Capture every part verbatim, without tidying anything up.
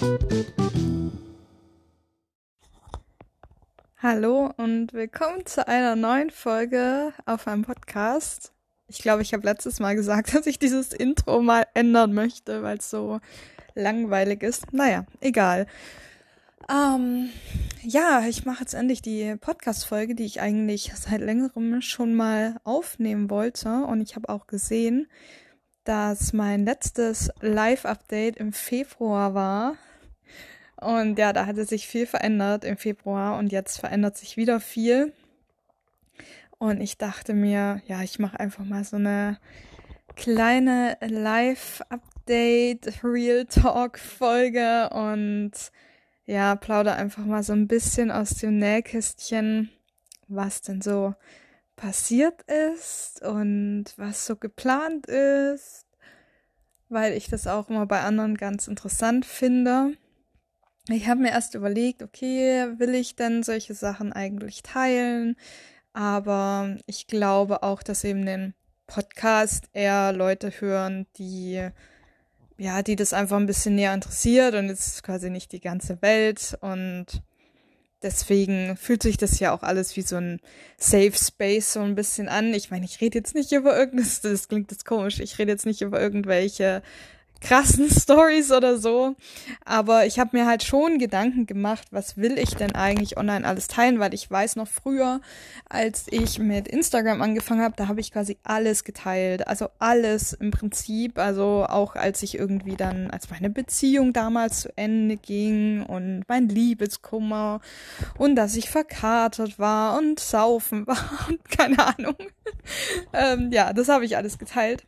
Hallo und willkommen zu einer neuen Folge auf meinem Podcast. Ich glaube, ich habe letztes Mal gesagt, dass ich dieses Intro mal ändern möchte, weil es so langweilig ist. Naja, egal. Ähm, ja, ich mache jetzt endlich die Podcast-Folge, die ich eigentlich seit längerem schon mal aufnehmen wollte. Und ich habe auch gesehen, dass mein letztes Live-Update im Februar war. Und ja, da hatte sich viel verändert im Februar und jetzt verändert sich wieder viel. Und ich dachte mir, ja, ich mache einfach mal so eine kleine Live-Update, Real Talk-Folge und ja, plaudere einfach mal so ein bisschen aus dem Nähkästchen, was denn so passiert ist und was so geplant ist, weil ich das auch immer bei anderen ganz interessant finde. Ich habe mir erst überlegt, okay, will ich denn solche Sachen eigentlich teilen? Aber ich glaube auch, dass eben den Podcast eher Leute hören, die, ja, die das einfach ein bisschen näher interessiert und es ist quasi nicht die ganze Welt und deswegen fühlt sich das ja auch alles wie so ein Safe Space so ein bisschen an. Ich meine, ich rede jetzt nicht über irgendwas, das klingt jetzt komisch, ich rede jetzt nicht über irgendwelche krassen Stories oder so, aber ich habe mir halt schon Gedanken gemacht, was will ich denn eigentlich online alles teilen, weil ich weiß noch früher, als ich mit Instagram angefangen habe, da habe ich quasi alles geteilt, also alles im Prinzip, also auch als ich irgendwie dann, als meine Beziehung damals zu Ende ging und mein Liebeskummer und dass ich verkatert war und saufen war und keine Ahnung, ähm, ja, das habe ich alles geteilt.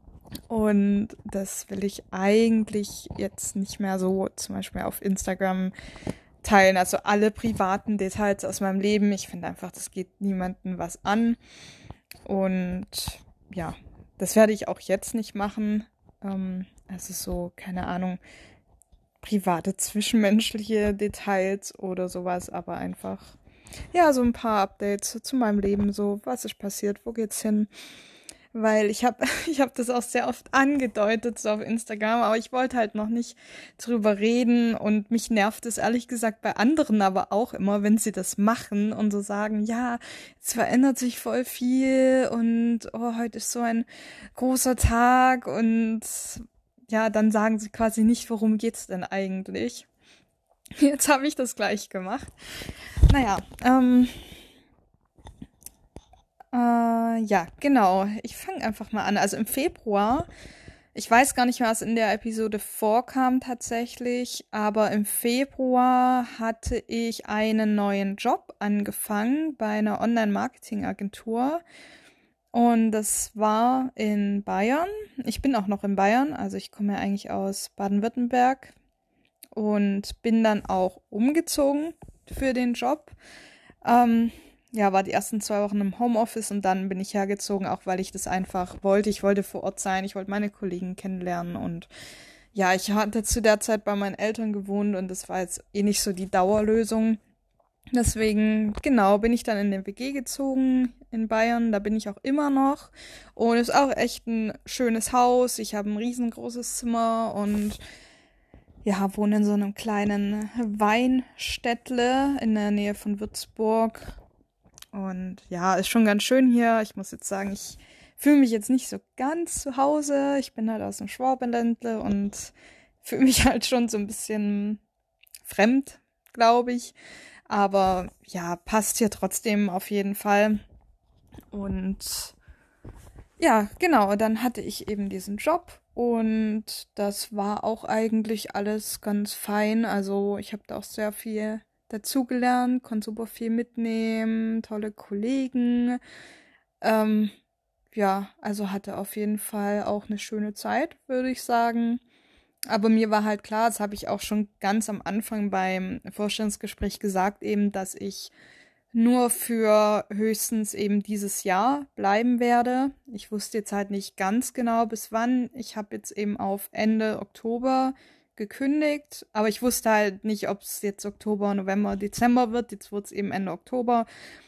Und das will ich eigentlich jetzt nicht mehr so zum Beispiel auf Instagram teilen. Also alle privaten Details aus meinem Leben. Ich finde einfach, das geht niemandem was an. Und ja, das werde ich auch jetzt nicht machen. Ähm, also so, keine Ahnung, private zwischenmenschliche Details oder sowas. Aber einfach, ja, so ein paar Updates zu meinem Leben. So, was ist passiert, wo geht's hin? Weil ich habe ich hab das auch sehr oft angedeutet, so auf Instagram, aber ich wollte halt noch nicht drüber reden und mich nervt es ehrlich gesagt bei anderen aber auch immer, wenn sie das machen und so sagen, ja, es verändert sich voll viel und oh, heute ist so ein großer Tag und ja, dann sagen sie quasi nicht, worum geht's denn eigentlich. Jetzt habe ich das gleich gemacht. Naja, ähm... Äh, ja, genau. Ich fange einfach mal an. Also im Februar, ich weiß gar nicht mehr, was in der Episode vorkam tatsächlich, aber im Februar hatte ich einen neuen Job angefangen bei einer Online-Marketing-Agentur und das war in Bayern. Ich bin auch noch in Bayern, also ich komme ja eigentlich aus Baden-Württemberg und bin dann auch umgezogen für den Job. Ähm, ja, war die ersten zwei Wochen im Homeoffice und dann bin ich hergezogen, auch weil ich das einfach wollte. Ich wollte vor Ort sein, ich wollte meine Kollegen kennenlernen und ja, ich hatte zu der Zeit bei meinen Eltern gewohnt und das war jetzt eh nicht so die Dauerlösung. Deswegen, genau, bin ich dann in den W G gezogen in Bayern, da bin ich auch immer noch und ist auch echt ein schönes Haus. Ich habe ein riesengroßes Zimmer und ja, wohne in so einem kleinen Weinstädtle in der Nähe von Würzburg. Und ja, ist schon ganz schön hier. Ich muss jetzt sagen, ich fühle mich jetzt nicht so ganz zu Hause. Ich bin halt aus dem Schwabenländle und fühle mich halt schon so ein bisschen fremd, glaube ich. Aber ja, passt hier trotzdem auf jeden Fall. Und ja, genau, dann hatte ich eben diesen Job und das war auch eigentlich alles ganz fein. Also ich habe da auch sehr viel dazugelernt, konnte super viel mitnehmen, tolle Kollegen. Ähm, ja, also hatte auf jeden Fall auch eine schöne Zeit, würde ich sagen. Aber mir war halt klar, das habe ich auch schon ganz am Anfang beim Vorstellungsgespräch gesagt, eben, dass ich nur für höchstens eben dieses Jahr bleiben werde. Ich wusste jetzt halt nicht ganz genau bis wann. Ich habe jetzt eben auf Ende Oktober gekündigt, aber ich wusste halt nicht, ob es jetzt Oktober, November, Dezember wird. Jetzt wurde es eben Ende Oktober.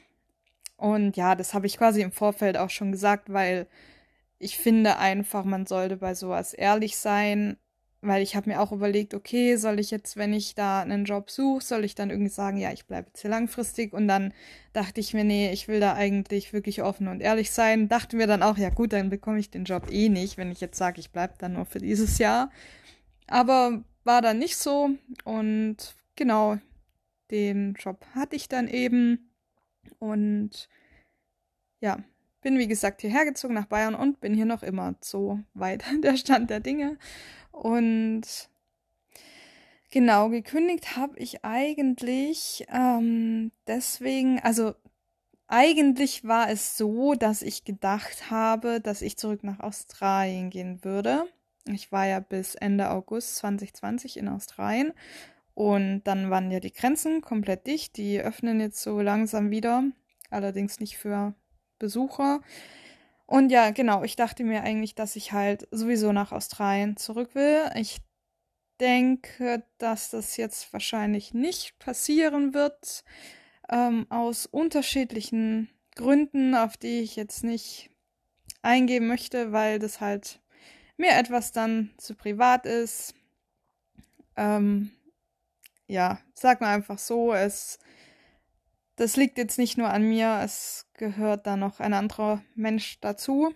Und ja, das habe ich quasi im Vorfeld auch schon gesagt, weil ich finde einfach, man sollte bei sowas ehrlich sein. weil ich habe mir auch überlegt, okay, soll ich jetzt, wenn ich da einen Job suche, soll ich dann irgendwie sagen, ja, ich bleibe jetzt hier langfristig? Und dann dachte ich mir, nee, ich will da eigentlich wirklich offen und ehrlich sein. Dachte mir dann auch, ja gut, dann bekomme ich den Job eh nicht, wenn ich jetzt sage, ich bleibe dann nur für dieses Jahr. Aber war dann nicht so und genau, den Job hatte ich dann eben und ja, bin wie gesagt hierher gezogen nach Bayern und bin hier noch immer so weit der Stand der Dinge. Und genau, gekündigt habe ich eigentlich ähm, deswegen, also eigentlich war es so, dass ich gedacht habe, dass ich zurück nach Australien gehen würde. Ich war ja bis Ende August zwanzig zwanzig in Australien und dann waren ja die Grenzen komplett dicht. Die öffnen jetzt so langsam wieder, allerdings nicht für Besucher. Und ja, genau, ich dachte mir eigentlich, dass ich halt sowieso nach Australien zurück will. Ich denke, dass das jetzt wahrscheinlich nicht passieren wird, ähm, aus unterschiedlichen Gründen, auf die ich jetzt nicht eingehen möchte, weil das halt mir etwas dann zu privat ist. Ähm, ja, sag mal einfach so, es, das liegt jetzt nicht nur an mir, es gehört da noch ein anderer Mensch dazu.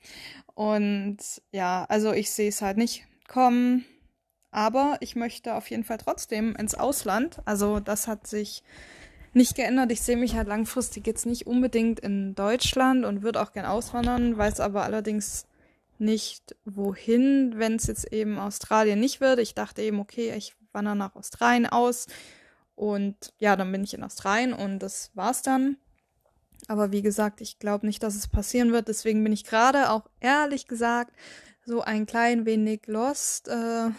Und ja, also ich sehe es halt nicht kommen. Aber ich möchte auf jeden Fall trotzdem ins Ausland. Also das hat sich nicht geändert. Ich sehe mich halt langfristig jetzt nicht unbedingt in Deutschland und würde auch gern auswandern, weiß aber allerdings nicht wohin, wenn es jetzt eben Australien nicht wird. Ich dachte eben, okay, ich wandere nach Australien aus und ja, dann bin ich in Australien und das war's dann. Aber wie gesagt, ich glaube nicht, dass es passieren wird. Deswegen bin ich gerade auch ehrlich gesagt so ein klein wenig lost, äh,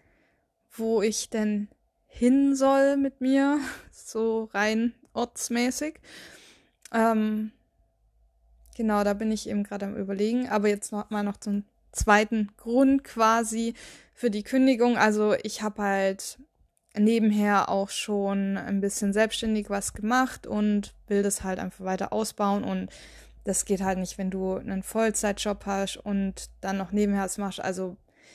wo ich denn hin soll mit mir, so rein ortsmäßig. Ähm, genau, da bin ich eben gerade am Überlegen. Aber jetzt noch mal noch zum zweiten Grund quasi für die Kündigung. Also ich habe halt nebenher auch schon ein bisschen selbstständig was gemacht und will das halt einfach weiter ausbauen und das geht halt nicht, wenn du einen Vollzeitjob hast und dann noch nebenher was machst. Also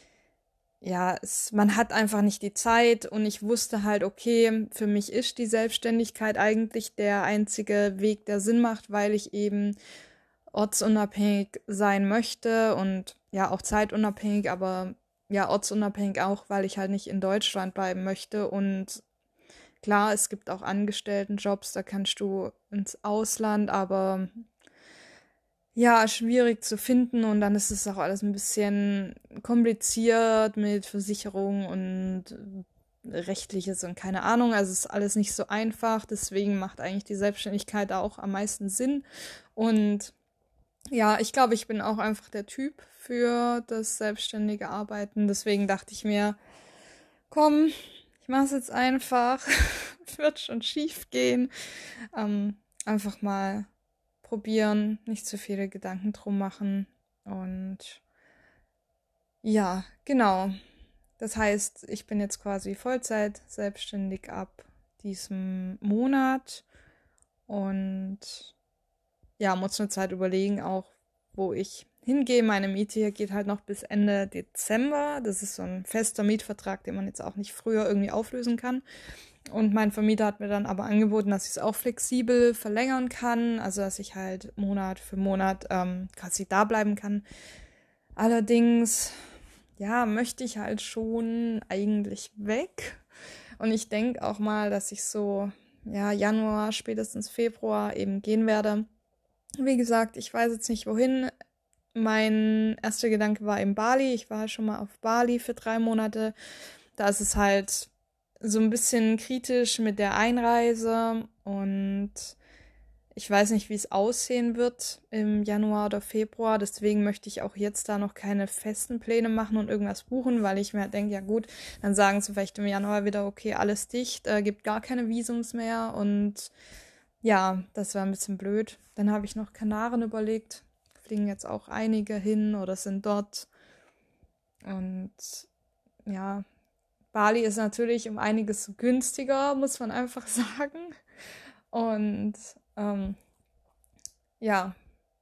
ja, es, man hat einfach nicht die Zeit und ich wusste halt, okay, für mich ist die Selbstständigkeit eigentlich der einzige Weg, der Sinn macht, weil ich eben ortsunabhängig sein möchte und ja auch zeitunabhängig, aber ja ortsunabhängig auch, weil ich halt nicht in Deutschland bleiben möchte und klar, es gibt auch Angestelltenjobs, da kannst du ins Ausland, aber ja, schwierig zu finden und dann ist es auch alles ein bisschen kompliziert mit Versicherung und äh, rechtliches und keine Ahnung. Also es ist alles nicht so einfach. Deswegen macht eigentlich die Selbstständigkeit da auch am meisten Sinn. Und ja, ich glaube, ich bin auch einfach der Typ für das selbstständige Arbeiten. Deswegen dachte ich mir, komm, ich mache es jetzt einfach. Wird schon schief gehen. Ähm, einfach mal probieren, nicht zu viele Gedanken drum machen. Und ja, genau. Das heißt, ich bin jetzt quasi Vollzeit selbstständig ab diesem Monat und ja, muss eine Zeit überlegen, auch wo ich hingehe. Meine Miete hier geht halt noch bis Ende Dezember. Das ist so ein fester Mietvertrag, den man jetzt auch nicht früher irgendwie auflösen kann. Und mein Vermieter hat mir dann aber angeboten, dass ich es auch flexibel verlängern kann, also dass ich halt Monat für Monat ähm, quasi da bleiben kann. Allerdings, ja, möchte ich halt schon eigentlich weg. Und ich denke auch mal, dass ich so, ja, Januar, spätestens Februar eben gehen werde. Wie gesagt, ich weiß jetzt nicht wohin. Mein erster Gedanke war eben Bali. Ich war schon mal auf Bali für drei Monate. Da ist es halt so ein bisschen kritisch mit der Einreise und ich weiß nicht, wie es aussehen wird im Januar oder Februar. Deswegen möchte ich auch jetzt da noch keine festen Pläne machen und irgendwas buchen, weil ich mir halt denke, ja gut, dann sagen sie vielleicht im Januar wieder, okay, alles dicht, äh, gibt gar keine Visums mehr und ja, das wäre ein bisschen blöd. Dann habe ich noch Kanaren überlegt, fliegen jetzt auch einige hin oder sind dort und ja, Bali ist natürlich um einiges günstiger, muss man einfach sagen. Und ähm, ja,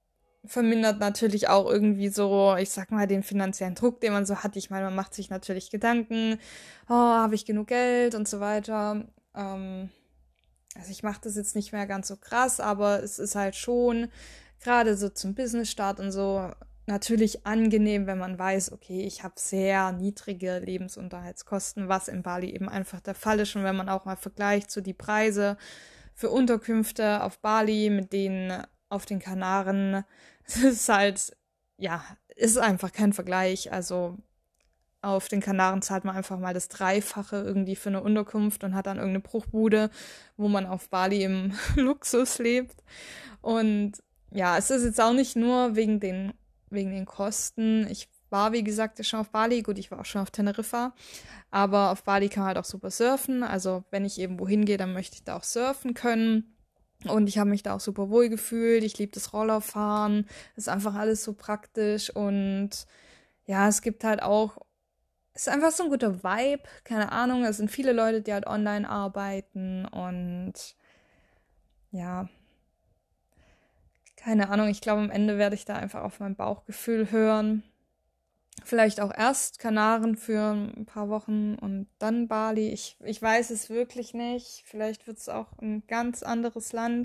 vermindert natürlich auch irgendwie so, ich sag mal, den finanziellen Druck, den man so hat. Ich meine, man macht sich natürlich Gedanken, oh, habe ich genug Geld und so weiter. Ähm, also ich mache das jetzt nicht mehr ganz so krass, aber es ist halt schon gerade so zum Business-Start und so natürlich angenehm, wenn man weiß, okay, ich habe sehr niedrige Lebensunterhaltskosten, was in Bali eben einfach der Fall ist. Und wenn man auch mal vergleicht so die Preise für Unterkünfte auf Bali mit denen auf den Kanaren, es ist halt, ja, ist einfach kein Vergleich. Also auf den Kanaren zahlt man einfach mal das Dreifache irgendwie für eine Unterkunft und hat dann irgendeine Bruchbude, wo man auf Bali im Luxus lebt. Und ja, es ist jetzt auch nicht nur wegen den, wegen den Kosten. Ich war, wie gesagt, ja schon auf Bali. Gut, ich war auch schon auf Teneriffa. Aber auf Bali kann man halt auch super surfen. Also wenn ich eben wohin gehe, dann möchte ich da auch surfen können. Und ich habe mich da auch super wohl gefühlt. Ich liebe das Rollerfahren. Das ist einfach alles so praktisch. Und ja, es gibt halt auch, es ist einfach so ein guter Vibe. Keine Ahnung, es sind viele Leute, die halt online arbeiten. Und ja, keine Ahnung. Ich glaube, am Ende werde ich da einfach auf mein Bauchgefühl hören. Vielleicht auch erst Kanaren für ein paar Wochen und dann Bali. Ich, ich weiß es wirklich nicht. Vielleicht wird es auch ein ganz anderes Land.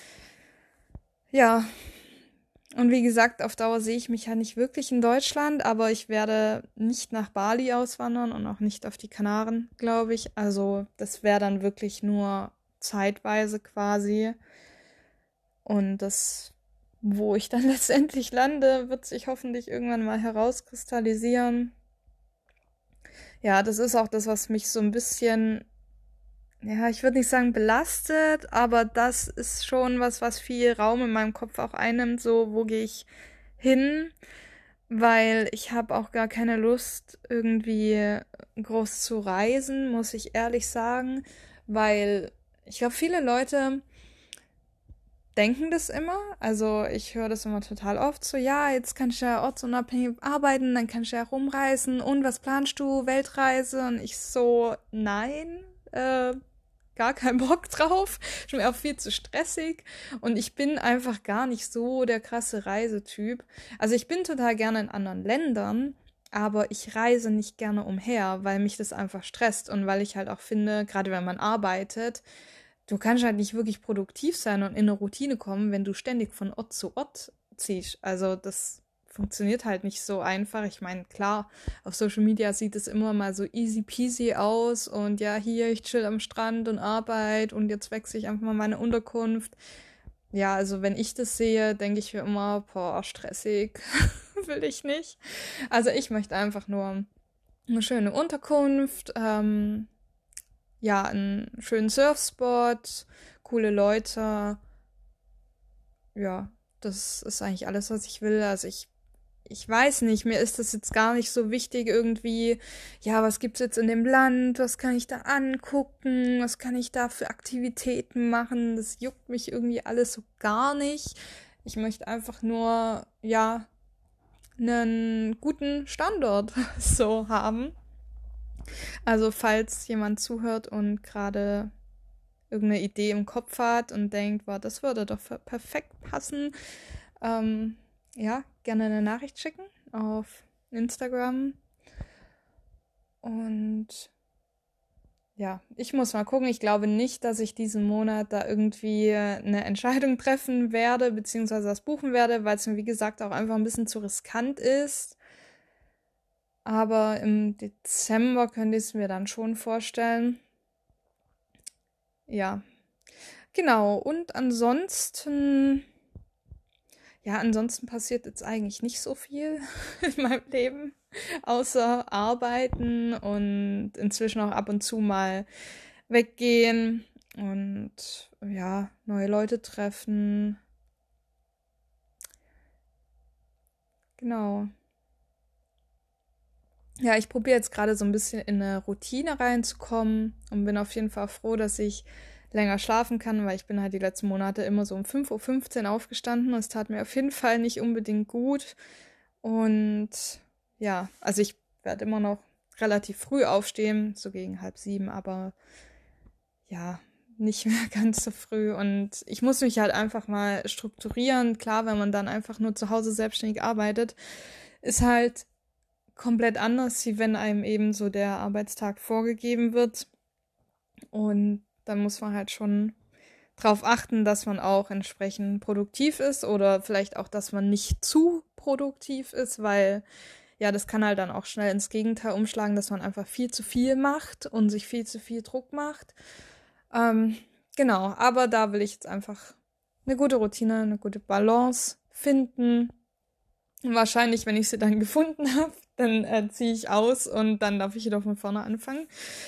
Ja, und wie gesagt, auf Dauer sehe ich mich ja nicht wirklich in Deutschland, aber ich werde nicht nach Bali auswandern und auch nicht auf die Kanaren, glaube ich. Also das wäre dann wirklich nur zeitweise quasi. Und das, wo ich dann letztendlich lande, wird sich hoffentlich irgendwann mal herauskristallisieren. Ja, das ist auch das, was mich so ein bisschen, ja, ich würde nicht sagen belastet, aber das ist schon was, was viel Raum in meinem Kopf auch einnimmt. So, wo gehe ich hin? Weil ich habe auch gar keine Lust, irgendwie groß zu reisen, muss ich ehrlich sagen. Weil ich glaube, viele Leute denken das immer. Also ich höre das immer total oft so, ja, jetzt kannst du ja ortsunabhängig arbeiten, dann kannst du ja rumreisen und was planst du? Weltreise? Und ich so, nein, äh, gar keinen Bock drauf. Ist mir auch viel zu stressig. Und ich bin einfach gar nicht so der krasse Reisetyp. Also ich bin total gerne in anderen Ländern, aber ich reise nicht gerne umher, weil mich das einfach stresst und weil ich halt auch finde, gerade wenn man arbeitet, du kannst halt nicht wirklich produktiv sein und in eine Routine kommen, wenn du ständig von Ort zu Ort ziehst. Also das funktioniert halt nicht so einfach. Ich meine, klar, auf Social Media sieht es immer mal so easy peasy aus und ja, hier, ich chill am Strand und arbeite und jetzt wechsle ich einfach mal meine Unterkunft. Ja, also wenn ich das sehe, denke ich mir immer, boah, stressig, will ich nicht. Also ich möchte einfach nur eine schöne Unterkunft, ähm, ja, einen schönen Surfspot, coole Leute. Ja, das ist eigentlich alles, was ich will. Also ich, ich weiß nicht, mir ist das jetzt gar nicht so wichtig irgendwie, ja, was gibt's jetzt in dem Land, was kann ich da angucken, was kann ich da für Aktivitäten machen, das juckt mich irgendwie alles so gar nicht. Ich möchte einfach nur, ja, einen guten Standort so haben. Also falls jemand zuhört und gerade irgendeine Idee im Kopf hat und denkt, wow, das würde doch perfekt passen, ähm, ja, gerne eine Nachricht schicken auf Instagram. Und ja, ich muss mal gucken. Ich glaube nicht, dass ich diesen Monat da irgendwie eine Entscheidung treffen werde, beziehungsweise das buchen werde, weil es mir, wie gesagt, auch einfach ein bisschen zu riskant ist. Aber im Dezember könnte ich es mir dann schon vorstellen. Ja, genau. Und ansonsten, ja, ansonsten passiert jetzt eigentlich nicht so viel in meinem Leben, außer arbeiten und inzwischen auch ab und zu mal weggehen und ja, neue Leute treffen. Genau. Ja, ich probiere jetzt gerade so ein bisschen in eine Routine reinzukommen und bin auf jeden Fall froh, dass ich länger schlafen kann, weil ich bin halt die letzten Monate immer so um fünf Uhr fünfzehn aufgestanden und es tat mir auf jeden Fall nicht unbedingt gut. Und ja, also ich werde immer noch relativ früh aufstehen, so gegen halb sieben, aber ja, nicht mehr ganz so früh. Und ich muss mich halt einfach mal strukturieren. Klar, wenn man dann einfach nur zu Hause selbstständig arbeitet, ist halt komplett anders, wie wenn einem eben so der Arbeitstag vorgegeben wird. Und dann muss man halt schon darauf achten, dass man auch entsprechend produktiv ist oder vielleicht auch, dass man nicht zu produktiv ist, weil ja, das kann halt dann auch schnell ins Gegenteil umschlagen, dass man einfach viel zu viel macht und sich viel zu viel Druck macht. Ähm, genau, aber da will ich jetzt einfach eine gute Routine, eine gute Balance finden. Und wahrscheinlich, wenn ich sie dann gefunden habe, dann äh, ziehe ich aus und dann darf ich wieder von vorne anfangen.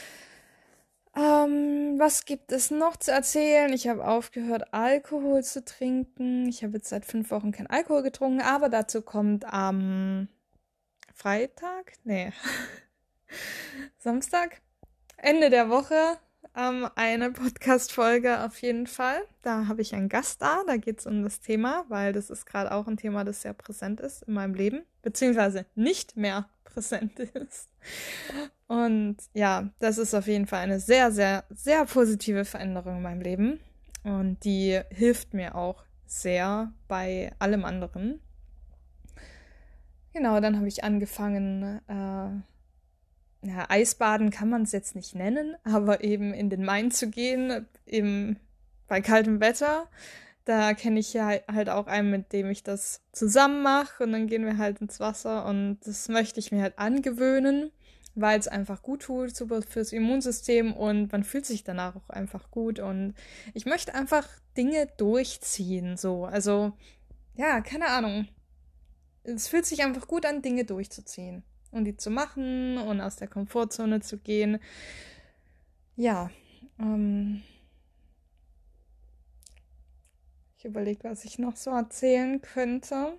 Ähm, was gibt es noch zu erzählen? Ich habe aufgehört, Alkohol zu trinken. Ich habe jetzt seit fünf Wochen kein Alkohol getrunken, aber dazu kommt am Freitag? Nee. Samstag? Ende der Woche ähm, eine Podcast-Folge auf jeden Fall. Da habe ich einen Gast da, da geht es um das Thema, weil das ist gerade auch ein Thema, das sehr präsent ist in meinem Leben, beziehungsweise nicht mehr präsent ist. Und ja, das ist auf jeden Fall eine sehr, sehr, sehr positive Veränderung in meinem Leben. Und die hilft mir auch sehr bei allem anderen. Genau, dann habe ich angefangen, äh, ja, Eisbaden kann man es jetzt nicht nennen, aber eben in den Main zu gehen, eben bei kaltem Wetter. Da kenne ich ja halt auch einen, mit dem ich das zusammen mache und dann gehen wir halt ins Wasser und das möchte ich mir halt angewöhnen, weil es einfach gut tut, super fürs Immunsystem und man fühlt sich danach auch einfach gut und ich möchte einfach Dinge durchziehen, so, also, ja, keine Ahnung. Es fühlt sich einfach gut an, Dinge durchzuziehen und die zu machen und aus der Komfortzone zu gehen. Ja, ähm, ich überlege, was ich noch so erzählen könnte.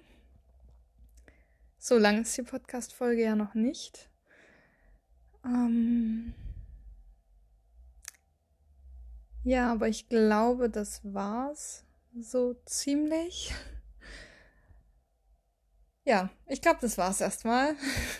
So lang ist die Podcast-Folge ja noch nicht. Ähm, ja, aber ich glaube, das war's so ziemlich. Ja, ich glaube, das war's erstmal.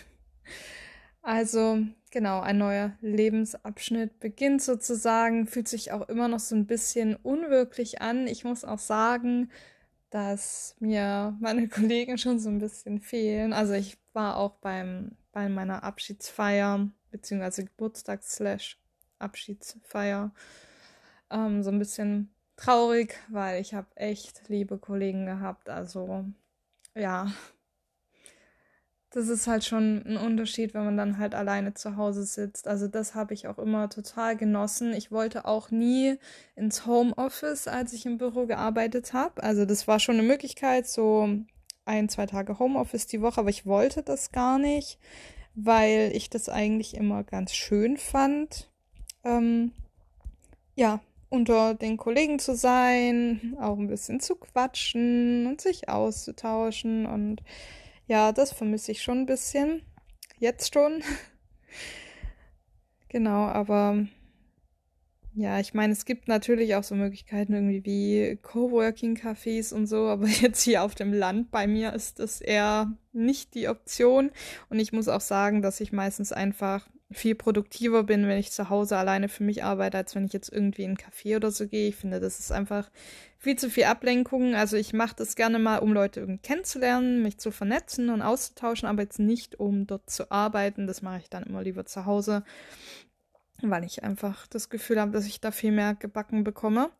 Also, genau, ein neuer Lebensabschnitt beginnt sozusagen, fühlt sich auch immer noch so ein bisschen unwirklich an. Ich muss auch sagen, dass mir meine Kollegen schon so ein bisschen fehlen. Also ich war auch beim, bei meiner Abschiedsfeier, beziehungsweise Geburtstags-Abschiedsfeier, ähm, so ein bisschen traurig, weil ich habe echt liebe Kollegen gehabt. Also ja, das ist halt schon ein Unterschied, wenn man dann halt alleine zu Hause sitzt. Also das habe ich auch immer total genossen. Ich wollte auch nie ins Homeoffice, als ich im Büro gearbeitet habe. Also das war schon eine Möglichkeit, so ein, zwei Tage Homeoffice die Woche, aber ich wollte das gar nicht, weil ich das eigentlich immer ganz schön fand. Ähm, ja, unter den Kollegen zu sein, auch ein bisschen zu quatschen und sich auszutauschen und ja, das vermisse ich schon ein bisschen. Jetzt schon. Genau, aber ja, ich meine, es gibt natürlich auch so Möglichkeiten irgendwie wie Coworking-Cafés und so, aber jetzt hier auf dem Land bei mir ist das eher nicht die Option. Und ich muss auch sagen, dass ich meistens einfach viel produktiver bin, wenn ich zu Hause alleine für mich arbeite, als wenn ich jetzt irgendwie in einen Café oder so gehe. Ich finde, das ist einfach viel zu viel Ablenkung. Also ich mache das gerne mal, um Leute irgendwie kennenzulernen, mich zu vernetzen und auszutauschen, aber jetzt nicht, um dort zu arbeiten. Das mache ich dann immer lieber zu Hause, weil ich einfach das Gefühl habe, dass ich da viel mehr gebacken bekomme.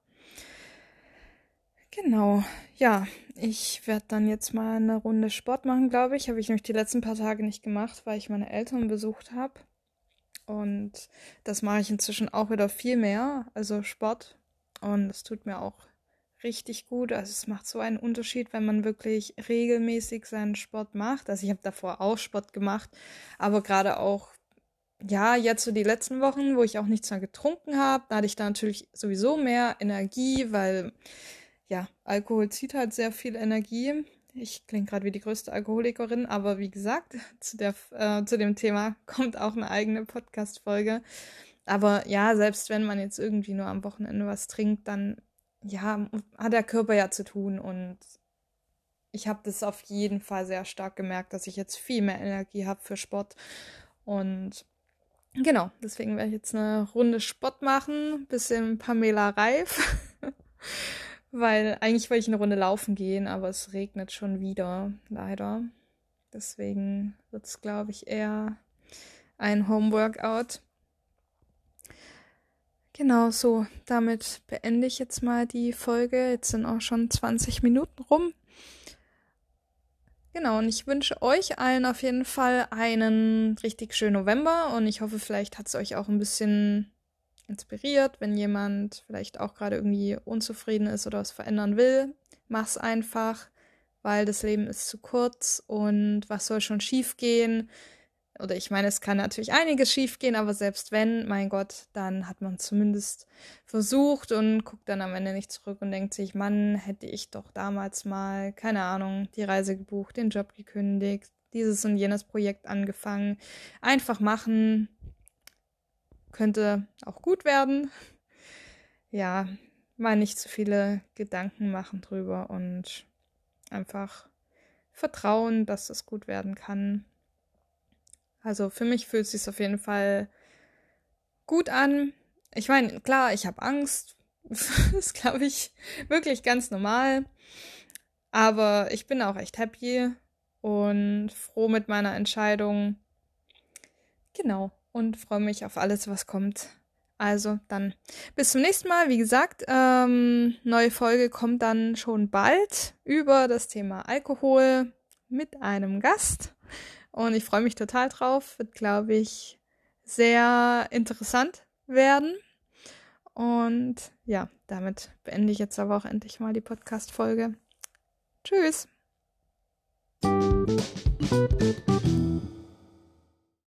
Genau, ja, ich werde dann jetzt mal eine Runde Sport machen, glaube ich. Habe ich nämlich die letzten paar Tage nicht gemacht, weil ich meine Eltern besucht habe. Und das mache ich inzwischen auch wieder viel mehr, also Sport. Und es tut mir auch richtig gut. Also es macht so einen Unterschied, wenn man wirklich regelmäßig seinen Sport macht. Also ich habe davor auch Sport gemacht, aber gerade auch ja, jetzt so die letzten Wochen, wo ich auch nichts mehr getrunken habe, da hatte ich da natürlich sowieso mehr Energie, weil ja, Alkohol zieht halt sehr viel Energie. Ich klinge gerade wie die größte Alkoholikerin, aber wie gesagt, zu der, äh, zu dem Thema kommt auch eine eigene Podcast-Folge. Aber ja, selbst wenn man jetzt irgendwie nur am Wochenende was trinkt, dann ja, hat der Körper ja zu tun und ich habe das auf jeden Fall sehr stark gemerkt, dass ich jetzt viel mehr Energie habe für Sport und Genau, deswegen werde ich jetzt eine Runde Sport machen, bisschen Pamela Reif, weil eigentlich wollte ich eine Runde laufen gehen, aber es regnet schon wieder, leider. Deswegen wird es, glaube ich, eher ein Homeworkout. Genau so, damit beende ich jetzt mal die Folge. Jetzt sind auch schon zwanzig Minuten rum. Genau, und ich wünsche euch allen auf jeden Fall einen richtig schönen November und ich hoffe, vielleicht hat es euch auch ein bisschen inspiriert, wenn jemand vielleicht auch gerade irgendwie unzufrieden ist oder was verändern will. Mach's einfach, weil das Leben ist zu kurz und was soll schon schief gehen? Oder ich meine, es kann natürlich einiges schief gehen, aber selbst wenn, mein Gott, dann hat man zumindest versucht und guckt dann am Ende nicht zurück und denkt sich, Mann, hätte ich doch damals mal, keine Ahnung, die Reise gebucht, den Job gekündigt, dieses und jenes Projekt angefangen. Einfach machen, könnte auch gut werden. Ja, mal nicht zu viele Gedanken machen drüber und einfach vertrauen, dass es gut werden kann. Also für mich fühlt es sich auf jeden Fall gut an. Ich meine, klar, ich habe Angst. Das ist, glaube ich, wirklich ganz normal. Aber ich bin auch echt happy und froh mit meiner Entscheidung. Genau. Und freue mich auf alles, was kommt. Also dann bis zum nächsten Mal. Wie gesagt, ähm, neue Folge kommt dann schon bald über das Thema Alkohol mit einem Gast. Und ich freue mich total drauf. Wird, glaube ich, sehr interessant werden. Und ja, damit beende ich jetzt aber auch endlich mal die Podcast-Folge. Tschüss!